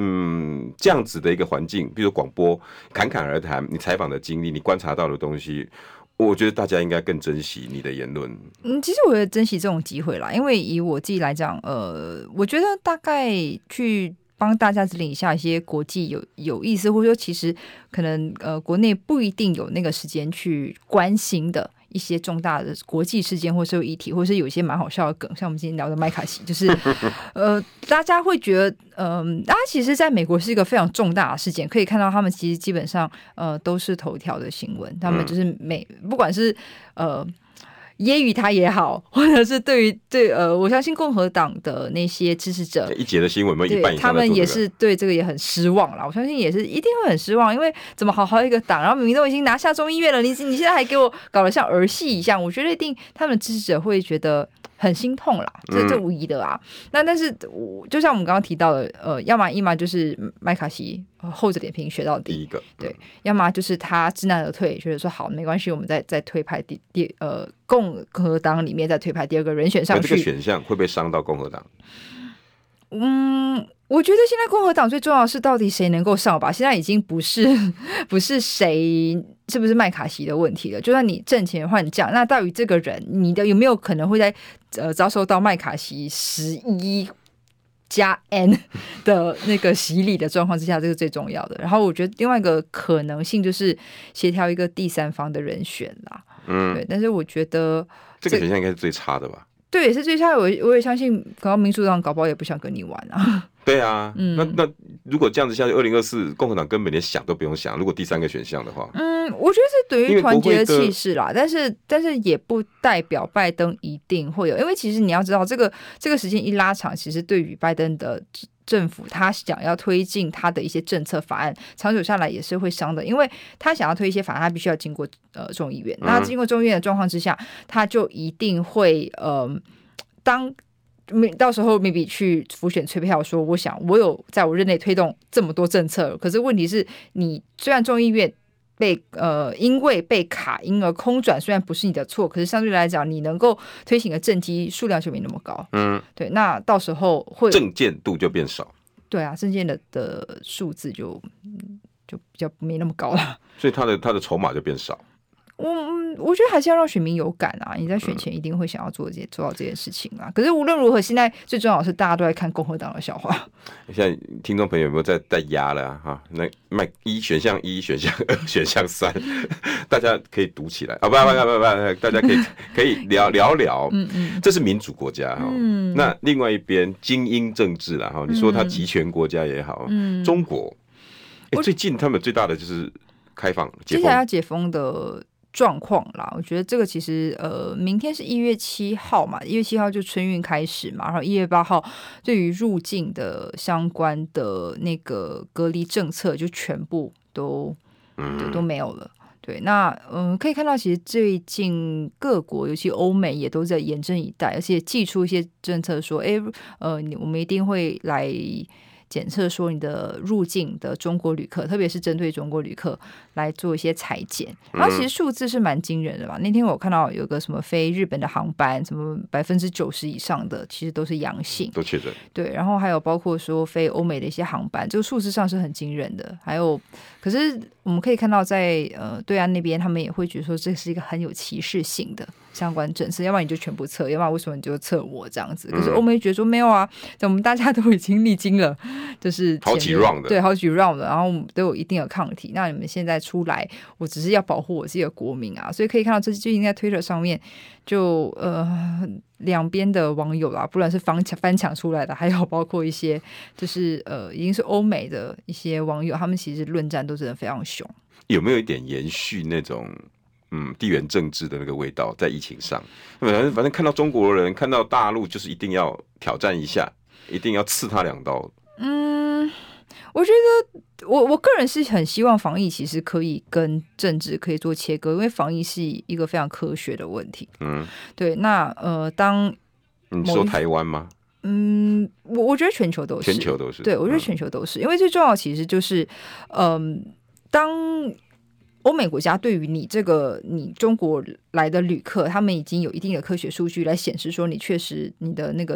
嗯这样子的一个环境，比如广播侃侃而谈，你采访的经历，你观察到的东西。我觉得大家应该更珍惜你的言论。 嗯，其实我觉得珍惜这种机会啦，因为以我自己来讲，呃，我觉得大概去帮大家整理一下一些国际有有意思，或者说其实可能呃国内不一定有那个时间去关心的一些重大的国际事件，或是有议题，或是有一些蛮好笑的梗，像我们今天聊的麦卡锡，就是呃大家会觉得。嗯，大家其实在美国是一个非常重大的事件，可以看到他们其实基本上呃都是头条的新闻，他们就是每不管是呃揶揄他也好，或者是对于对呃，我相信共和党的那些支持者， 一节的新闻有一半以上、这个、 他们也是对这个也很失望啦。我相信也是一定会很失望，因为怎么好好一个党，然后明明都已经拿下众议院了，你你现在还给我搞得像儿戏一样，我觉得一定他们的支持者会觉得。很心痛啦，这这无疑的啊。嗯、那但是，就像我们刚刚提到的，呃，要么一嘛就是麦卡锡、呃、厚着脸皮学到底， 第一个， 对；要么就是他知难而退，觉得说好没关系，我们再再推派第第呃共和党里面再推派第二个人选上去。 这个选项会不会伤到共和党？ 嗯，我觉得现在共和党最重要的是到底谁能够上吧。现在已经不是不是谁是不是麦卡锡的问题了。就算你挣钱换将，那到底这个人你的有没有可能会在呃遭受到麦卡锡十一加 N 的那个洗礼的状况之下，这个最重要的。然后我觉得另外一个可能性就是协调一个第三方的人选啦。嗯，对。但是我觉得这个选项应该是最差的吧。 对，也是最差的。我我也相信，搞到民主党搞不好也不想跟你玩啊。 对啊，嗯、那那如果这样子下去，二零二四共和党根本连想都不用想。如果第三个选项的话， 嗯，我觉得是对于团结的气势啦，但是但是也不代表拜登一定会有，因为其实你要知道，这个这个时间一拉长，其实对于拜登的政府他想要推进他的一些政策法案，长久下来也是会伤的，因为他想要推一些法案，他必须要经过呃众议院，那经过众议院的状况之下，他就一定会呃当。到时候 maybe 去浮选催票说我想我有在我任内推动这么多政策，可是问题是你虽然众议院被呃因为被卡因而空转，虽然不是你的错，可是相对来讲你能够推行的政绩数量就没那么高。嗯，对，那到时候会政见度就变少。 对啊，政见的的数字就就比较没那么高了， 所以他的他的筹码就变少。 我我觉得还是要让选民有感啊！你在选前一定会想要做这些做到这件事情啊。可是无论如何，现在最重要的是大家都在看共和党的笑话。 现在听众朋友有没有在在压了啊？哈，那麦一选项一、选项二、选项三，大家可以读起来啊！不不不不不，大家可以可以聊聊聊。嗯嗯，这是民主国家哈。嗯。那另外一边精英政治啦哈，你说它集权国家也好，嗯，中国，欸、最近他们最大的就是开放解封， 接下来要解封的。状况啦，我觉得这个其实呃，明天是一月七号嘛，一月七号就春运开始嘛，然后一月八号对于入境的相关的那个隔离政策就全部都都都没有了。对，那嗯、呃，可以看到，其实最近各国，尤其欧美，也都在严阵以待，而且祭出一些政策说，哎，呃，我们一定会来检测说你的入境的中国旅客，特别是针对中国旅客来做一些采检，然后其实数字是蛮惊人的吧。那天我看到有个什么飞日本的航班，什么百分之九十以上的其实都是阳性， 都确诊。对， 然后还有包括说飞欧美的一些航班，这个数字上是很惊人的。还有，可是我们可以看到在呃对岸那边，他们也会觉得说这是一个很有歧视性的相关政策，要不然你就全部测，要不然为什么你就测我这样子？可是欧美觉得说没有啊，我们大家都已经历经了，就是好几 round 的， 对，好几 round 的，然后我们都有一定的抗体。那你们现在出来，我只是要保护我自己的国民啊，所以可以看到这最近在推特上面就呃两边的网友啦，不论是翻墙翻墙出来的，还有包括一些就是呃已经是欧美的一些网友，他们其实论战都真的非常凶。 有没有一点延续那种？嗯，地缘政治的那个味道在疫情上，反正反正看到中国人，看到大陆，就是一定要挑战一下，一定要刺他两刀。 嗯，我觉得我我个人是很希望防疫其实可以跟政治可以做切割，因为防疫是一个非常科学的问题。嗯，对。那呃，当你说台湾吗？ 嗯，我我觉得全球都是， 全球都是。 对，我觉得全球都是，嗯、因为最重要的其实就是，嗯、呃，当。欧美国家对于你这个你中国来的旅客，他们已经有一定的科学数据来显示说，你确实你的那个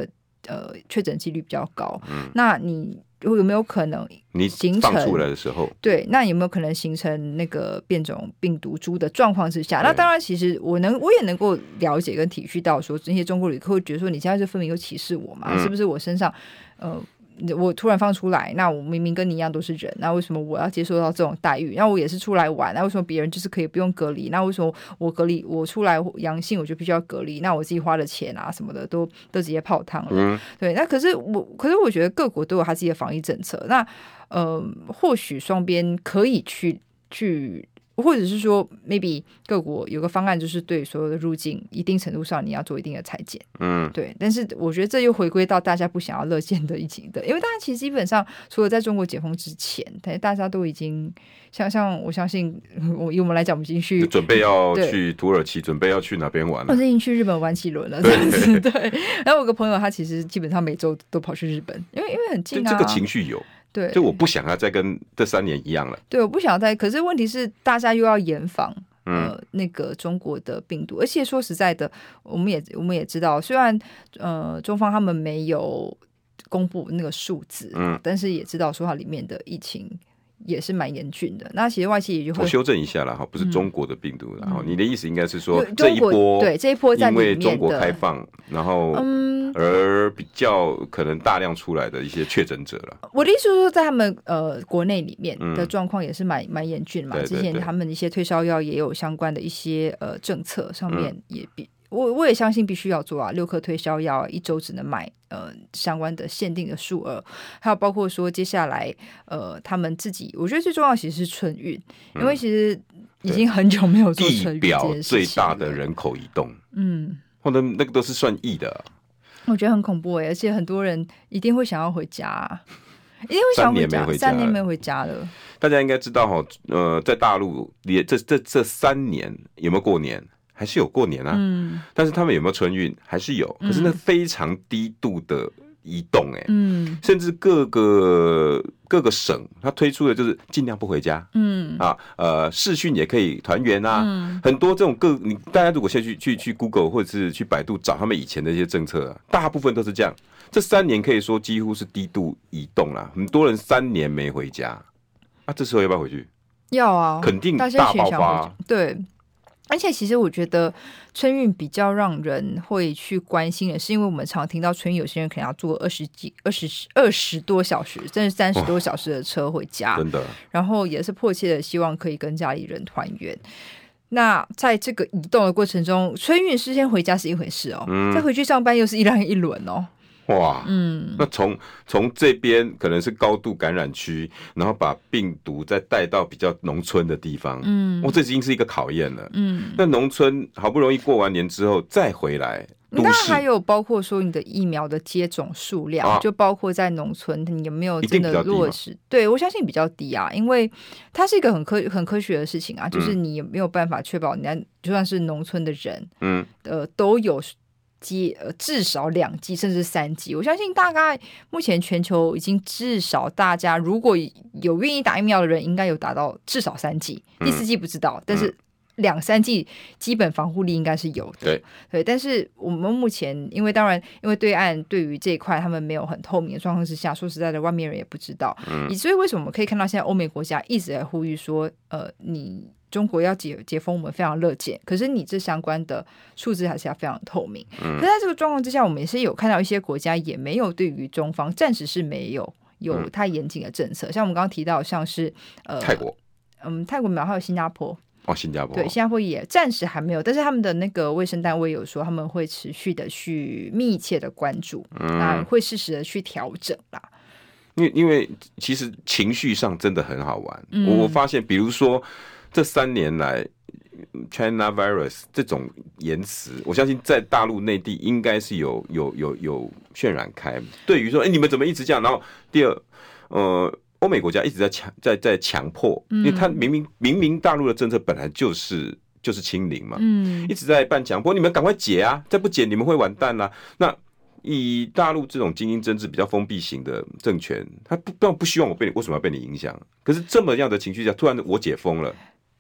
呃确诊几率比较高。嗯，那你有没有可能你形成放出来的时候， 对，那有没有可能形成那个变种病毒株的状况之下？那当然，其实我能我也能够了解跟体恤到说，这些中国旅客会觉得说，你现在是分明又歧视我嘛？嗯、是不是我身上呃？我突然放出来，那我明明跟你一样都是人，那为什么我要接受到这种待遇？那我也是出来玩，那为什么别人就是可以不用隔离？那为什么我隔离，我出来阳性我就必须要隔离？那我自己花的钱啊什么的都都直接泡汤了。嗯、对，那可是我，可是我觉得各国都有他自己的防疫政策。那呃，或许双边可以去去。或者是说 maybe 各国有个方案，就是对所有的入境一定程度上你要做一定的裁剪，嗯，对。但是我觉得这又回归到大家不想要乐见的疫情的，因为大家其实基本上除了在中国解封之前，大家都已经像像我相信我以我们来讲，我们已经去准备要去土耳其，准备要去哪边玩了， 我已经去日本玩几轮了，这样子。对。然后我有个朋友，他其实基本上每周都跑去日本，因为因为很近啊， 这个情绪有。 对， 就我不想要再跟这三年一样了。 对，我不想要再，可是问题是大家又要严防呃、嗯、那个中国的病毒，而且说实在的，我们也我们也知道，虽然呃中方他们没有公布那个数字，嗯，但是也知道说它里面的疫情也是蛮严峻的。那其实外界也就会我修正一下啦，哈，不是中国的病毒啦，哈、嗯，你的意思应该是说这一波对这一波在里面的因为中国开放，然后嗯而比较可能大量出来的一些确诊者了。 我的意思是说，在他们呃国内里面的状况也是蛮蛮严峻嘛。 对对对， 之前他们一些退烧药也有相关的一些呃政策上面也比。嗯我我也相信必须要做啊，六颗退烧药一周只能买呃相关的限定的数额，还有包括说接下来呃他们自己，我觉得最重要其实是春运，因为其实已经很久没有做春运这件事情了。 地表最大的人口移动，嗯，或者那个都是算亿的、啊， 我觉得很恐怖哎、欸，而且很多人一定会想要回家、啊，一定会想要回家，三年没回家了。 大家应该知道哈，呃，在大陆也这这这三年有没有过年？还是有过年啊，嗯，但是他们有没有春运？还是有，可是那非常低度的移动、欸，哎，嗯，甚至各个各个省，它推出的就是尽量不回家，嗯啊，呃，视讯也可以团圆啊，嗯，很多这种各你大家如果先去去去 Google 或者是去百度找他们以前的一些政策、啊，大部分都是这样。这三年可以说几乎是低度移动啦，很多人三年没回家，啊，这时候要不要回去？ 要啊， 肯定大爆发、啊， 对。而且其实我觉得春运比较让人会去关心的是，因为我们常听到春运有些人可能要坐二十几、二十二十多小时，甚至三十多小时的车回家， 真的。 然后也是迫切的希望可以跟家里人团圆。那在这个移动的过程中，春运事先回家是一回事哦，嗯、再回去上班又是一浪一轮哦。 哇，嗯，那从从这边可能是高度感染区，然后把病毒再带到比较农村的地方，嗯，哇，这已经是一个考验了，嗯。那农村好不容易过完年之后再回来， 当然还有包括说你的疫苗的接种数量，啊、就包括在农村你有没有真的落实？对，我相信比较低啊，因为它是一个很科很科学的事情啊，就是你没有办法确保你就算是农村的人，嗯，呃，都有。呃，至少两剂甚至三剂，我相信大概目前全球已经至少大家如果有愿意打疫苗的人，应该有达到至少三剂，第四剂不知道，嗯、但是两三剂基本防护力应该是有的。 对对，但是我们目前因为当然因为对岸对于这一块他们没有很透明的状况之下，说实在的，外面人也不知道，嗯，所以为什么我们可以看到现在欧美国家一直在呼吁说，呃，你。中国要解解封，我们非常乐见。可是你这相关的数字还是要非常透明。嗯，可是在这个状况之下，我们也是有看到一些国家也没有对于中方暂时是没有有太严谨的政策。嗯、像我们刚刚提到，像是呃泰国， 嗯，泰国没有，还有新加坡。 哦，新加坡对，新加坡也暂时还没有，但是他们的那个卫生单位有说他们会持续的去密切的关注，嗯，那会适时的去调整啦。 因为因为其实情绪上真的很好玩，嗯、我发现，比如说。这三年来 ，China virus 这种言辞，我相信在大陆内地应该是有有有有渲染开。对于说，哎、欸，你们怎么一直这样？然后第二，呃，欧美国家一直在强在在强迫，因为他明明明明大陆的政策本来就是就是清零嘛，嗯，一直在办强迫，你们赶快解啊，再不解你们会完蛋啦、啊。那以大陆这种精英政治比较封闭型的政权，他不不不希望我被你，为什么要被你影响？可是这么样的情绪下，突然我解封了。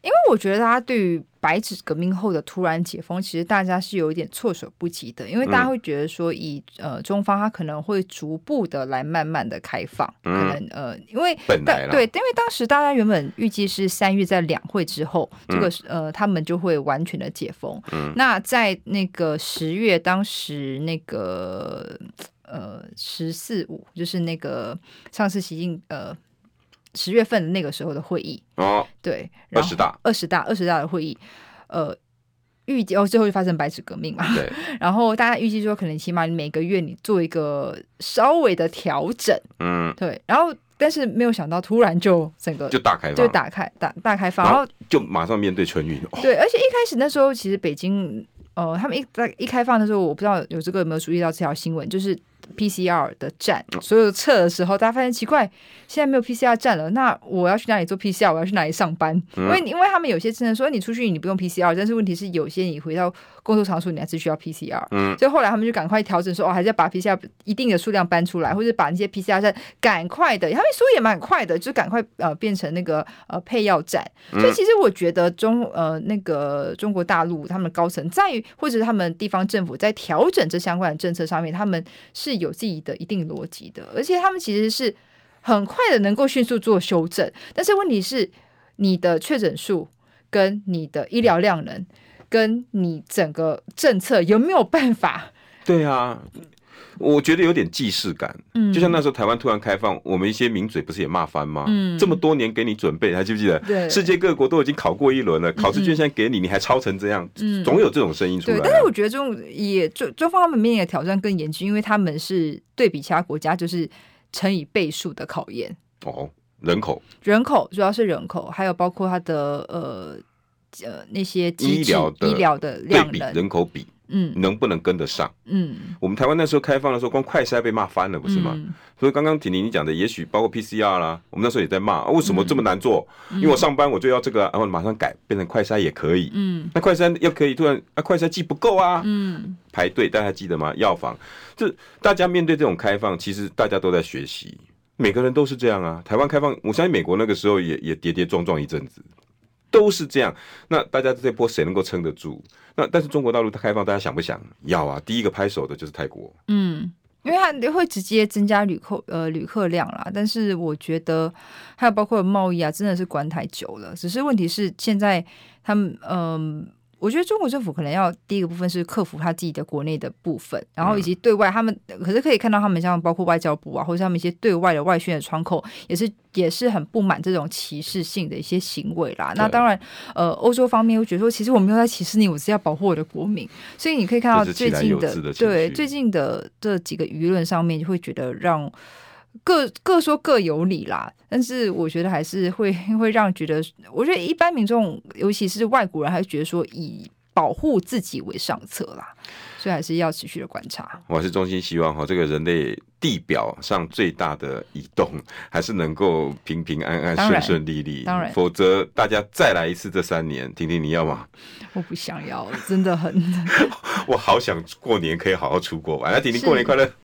因为我觉得大家对于白纸革命后的突然解封，其实大家是有一点措手不及的，因为大家会觉得说以，以、嗯、呃中方它可能会逐步的来慢慢的开放，嗯、可能呃，因为本来对，因为当时大家原本预计是三月在两会之后，这个、嗯、呃他们就会完全的解封。嗯、那在那个十月，当时那个呃十四五就是那个上次习近呃。十月份的那个时候的会议哦， 对， 二十大， 二十大，二十大的会议，呃，预计哦，最后就发生白纸革命嘛， 对， 然后大家预计说，可能起码每个月你做一个稍微的调整，嗯，对，然后但是没有想到，突然就整个就大开放， 就打开大大开放，然后就马上面对春运， 哦、对，而且一开始那时候其实北京，呃，他们一在一开放的时候，我不知道有这个有没有注意到这条新闻，就是。P C R 的站，所有测的时候，大家发现奇怪，现在没有 P C R 站了。那我要去哪里做 P C R？ 我要去哪里上班？嗯、因为因为他们有些真的说你出去你不用 P C R， 但是问题是有些你回到工作场所你还是需要 P C R。嗯，所以后来他们就赶快调整说，哦，还是要把 P C R 一定的数量搬出来，或者把那些 P C R 站赶快的，他们说也蛮快的，就赶快呃变成那个呃配药站。所以其实我觉得中呃那个中国大陆他们高层在于或者是他们地方政府在调整这相关的政策上面，他们是有自己的一定逻辑的，而且他们其实是很快的能够迅速做修正，但是问题是你的确诊数跟你的医疗量能跟你整个政策有没有办法？ 对啊，我觉得有点既视感，嗯，就像那时候台湾突然开放，我们一些名嘴不是也骂翻吗？嗯，这么多年给你准备，还记不记得？对，世界各国都已经考过一轮了，考试卷现在给你，你还抄成这样，嗯，总有这种声音出来、啊。 对，但是我觉得中也中中方他们面临的挑战更严峻，因为他们是对比其他国家就是乘以倍数的考验。 哦，人口， 人口主要是人口，还有包括它的呃呃那些机制医疗的医疗的量能、 人口比。嗯，能不能跟得上？嗯，我们台湾那时候开放的时候，光快筛被骂翻了，不是吗？嗯、所以刚刚婷婷你讲的，也许包括 P C R 啦，我们那时候也在骂、啊，为什么这么难做？嗯、因为我上班我就要这个、啊，然后马上改变成快筛也可以。嗯，那快筛要可以，突然啊，快筛剂不够啊，嗯，排队，大家还记得吗？药房，就大家面对这种开放，其实大家都在学习，每个人都是这样啊。台湾开放，我相信美国那个时候也也跌跌撞撞一阵子。都是这样，那大家这波谁能够撑得住？那但是中国大陆它开放，大家想不想要啊？第一个拍手的就是泰国，嗯， 因为它会直接增加旅客呃旅客量啦。但是我觉得还有包括贸易啊，真的是管太久了。只是问题是现在他们嗯。呃我觉得中国政府可能要第一个部分是克服他自己的国内的部分，然后以及对外他们，可是可以看到他们像包括外交部啊，或者他们一些对外的外宣的窗口，也是也是很不满这种歧视性的一些行为啦。那当然，呃，欧洲方面会觉得说，其实我没有在歧视你，我是要保护我的国民。所以你可以看到最近的， 的对最近的这几个舆论上面，就会觉得让。各各说各有理啦，但是我觉得还是会会让觉得，我觉得一般民众，尤其是外国人，还是觉得说以保护自己为上策啦，所以还是要持续的观察。 我还是衷心希望哈，这个人类地表上最大的移动，还是能够平平安安、顺顺利利。 当然， 否则大家再来一次这三年，婷婷你要吗？ 我不想要，真的很。 我好想过年可以好好出国玩，那婷婷过年快乐。